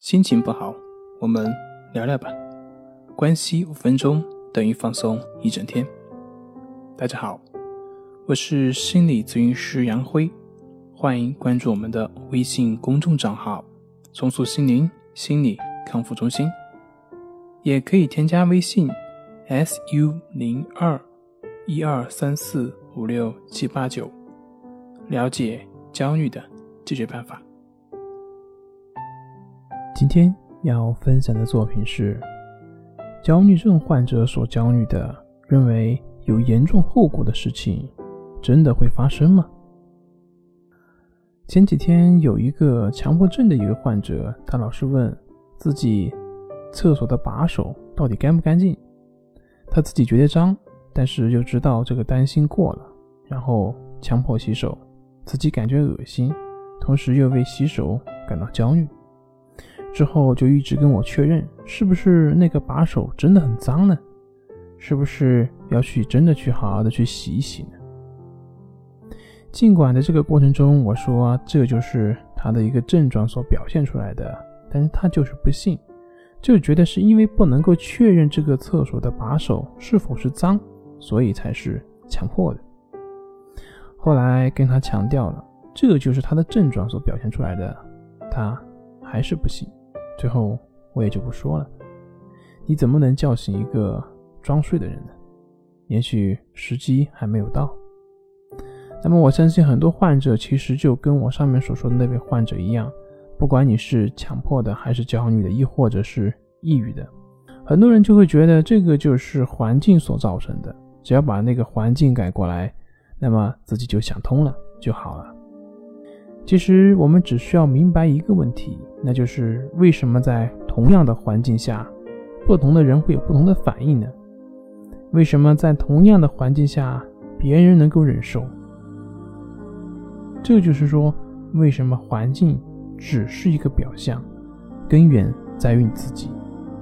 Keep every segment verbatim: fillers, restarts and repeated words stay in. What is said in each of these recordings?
心情不好，我们聊聊吧。关系五分钟等于放松一整天。大家好，我是心理咨询师杨辉，欢迎关注我们的微信公众账号重塑心灵心理康复中心，也可以添加微信 S U 零二 一二三四五六七八九，了解焦虑的解决办法。今天要分享的作品是焦虑症患者所焦虑的认为有严重后果的事情真的会发生吗？前几天有一个强迫症的一个患者，他老是问自己厕所的把手到底干不干净，他自己觉得脏，但是又知道这个担心过了，然后强迫洗手，自己感觉恶心，同时又为洗手感到焦虑。之后就一直跟我确认是不是那个把手真的很脏呢，是不是要去真的去好好的去洗一洗呢？尽管在这个过程中我说这就是他的一个症状所表现出来的，但是他就是不信，就觉得是因为不能够确认这个厕所的把手是否是脏，所以才是强迫的。后来跟他强调了这个就是他的症状所表现出来的，他还是不信。最后我也就不说了，你怎么能叫醒一个装睡的人呢？也许时机还没有到。那么我相信很多患者其实就跟我上面所说的那位患者一样，不管你是强迫的还是焦虑的，亦或者是抑郁的，很多人就会觉得这个就是环境所造成的，只要把那个环境改过来，那么自己就想通了就好了。其实我们只需要明白一个问题，那就是为什么在同样的环境下，不同的人会有不同的反应呢？为什么在同样的环境下，别人能够忍受？这就是说，为什么环境只是一个表象，根源在于你自己。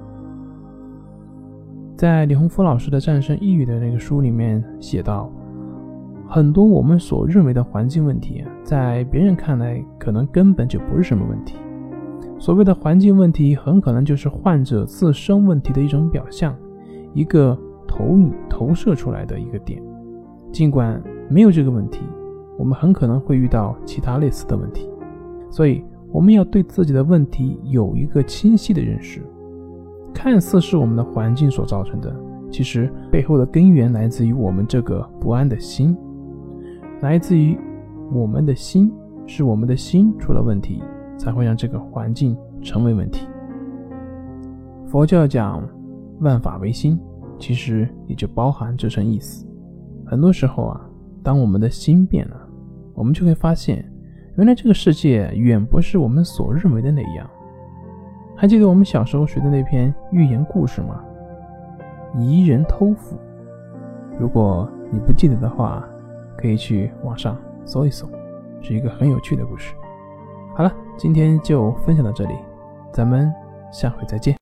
在李洪福老师的《战胜抑郁》的那个书里面写到，很多我们所认为的环境问题，在别人看来可能根本就不是什么问题。所谓的环境问题，很可能就是患者自身问题的一种表象，一个投影投射出来的一个点。尽管没有这个问题，我们很可能会遇到其他类似的问题。所以我们要对自己的问题有一个清晰的认识。看似是我们的环境所造成的，其实背后的根源来自于我们这个不安的心，来自于我们的心，是我们的心出了问题，才会让这个环境成为问题。佛教讲万法唯心，其实也就包含这层意思。很多时候啊，当我们的心变了，我们就会发现原来这个世界远不是我们所认为的那样。还记得我们小时候学的那篇寓言故事吗？夷人偷斧。如果你不记得的话，可以去网上搜一搜，是一个很有趣的故事。好了，今天就分享到这里，咱们下回再见。